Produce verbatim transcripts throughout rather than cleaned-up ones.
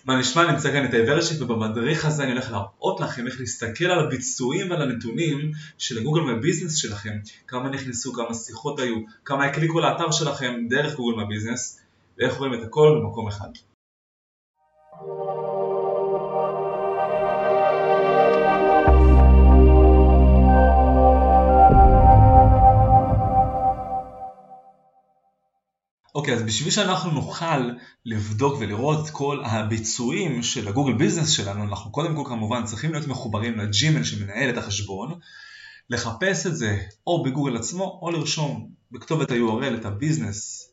מה נשמע? נמצא כאן את ה-Evershift, ובמדריך הזה אני הולך להראות לכם איך להסתכל על הביצועים ועל הנתונים של גוגל My Business שלכם, כמה נכנסו, כמה שיחות היו, כמה הקליקו לאתר שלכם דרך גוגל My Business, ואיך רואים את הכל במקום אחד. אוקיי, אז בשביל שאנחנו נוכל לבדוק ולראות את כל הביצועים של הגוגל ביזנס שלנו, אנחנו קודם כל כמובן צריכים להיות מחוברים לג'ימייל שמנהל את החשבון, לחפש את זה או בגוגל עצמו או לרשום בכתובת ה-יו אר אל את ה-business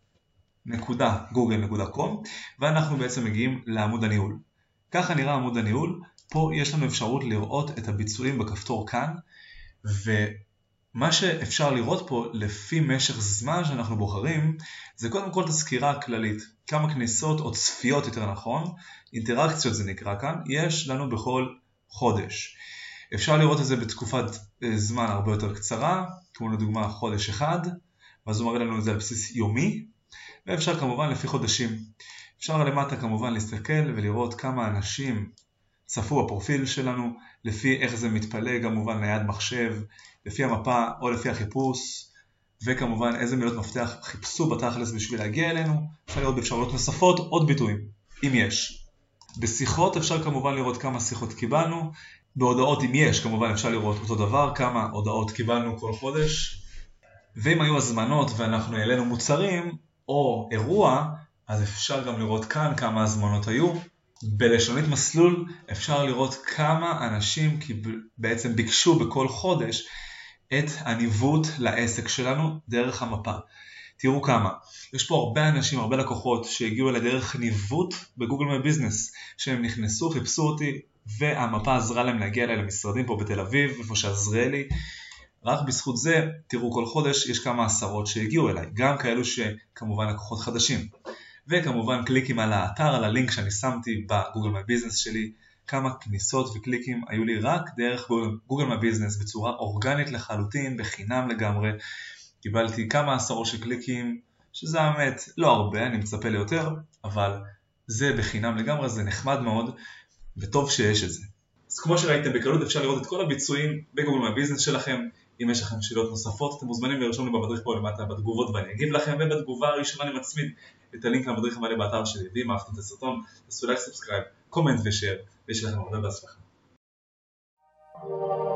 נקודה גוגל נקודה קום, ואנחנו בעצם מגיעים לעמוד הניהול. ככה נראה עמוד הניהול, פה יש לנו אפשרות לראות את הביצועים בכפתור כאן, ו... מה שאפשר לראות פה לפי משך זמן שאנחנו בוחרים, זה קודם כל את הסקירה הכללית. כמה כניסות או צפיות יותר נכון, אינטראקציות זה נקרא כאן, יש לנו בכל חודש. אפשר לראות את זה בתקופת זמן הרבה יותר קצרה, כמו לדוגמה חודש אחד, ואז הוא מראה לנו את זה על בסיס יומי, ואפשר כמובן לפי חודשים. אפשר למטה כמובן להסתכל ולראות כמה אנשים צפו בפרופיל שלנו, לפי איך זה מתפלג כמובן ליד מחשב, לפי המפה או לפי החיפוש, וכמובן איזה מילות מפתח חיפשו בתכלס בשביל להגיע אלינו. אפשר לראות באפשרויות נוספות עוד ביטויים, אם יש. בשיחות אפשר כמובן לראות כמה שיחות קיבלנו, בהודעות אם יש כמובן אפשר לראות אותו דבר, כמה הודעות קיבלנו כל חודש, ואם היו הזמנות ואנחנו העלינו מוצרים או אירוע, אז אפשר גם לראות כאן כמה הזמנות היו. בלשונית מסלול אפשר לראות כמה אנשים בעצם ביקשו בכל חודש את הניווט לעסק שלנו דרך המפה. תראו כמה. יש פה הרבה אנשים, הרבה לקוחות שהגיעו אליי דרך ניווט בגוגל My Business, שהם נכנסו, חיפשו אותי, והמפה עזרה להם להגיע אליי למשרדים פה בתל אביב, איפה שעזרה לי. רק בזכות זה, תראו כל חודש יש כמה עשרות שהגיעו אליי, גם כאלו שכמובן לקוחות חדשים. וכמובן קליקים על האתר, על הלינק שאני שמתי בגוגל My Business שלי, כמה כניסות וקליקים היו לי רק דרך גוגל My Business בצורה אורגנית לחלוטין, בחינם לגמרי. קיבלתי כמה עשרות של קליקים, שזה האמת לא הרבה, אני מצפה ליותר, אבל זה בחינם לגמרי, זה נחמד מאוד, וטוב שיש את זה. אז כמו שראיתם בקלות אפשר לראות את כל הביצועים בגוגל My Business שלכם. אם יש לכם שאלות נוספות, אתם מוזמנים לרשום לי במדריך פה למטה בתגובות ואני אגיב לכם, ובתגובה הראשונה אני מצמיד את הלינק למדריך המלא באתר שלי, ואם אהבתם את הסרטון, תעשו לייק, סאבסקרייב, קומנט ושאר, ויש לכם הרבה בהצלחה.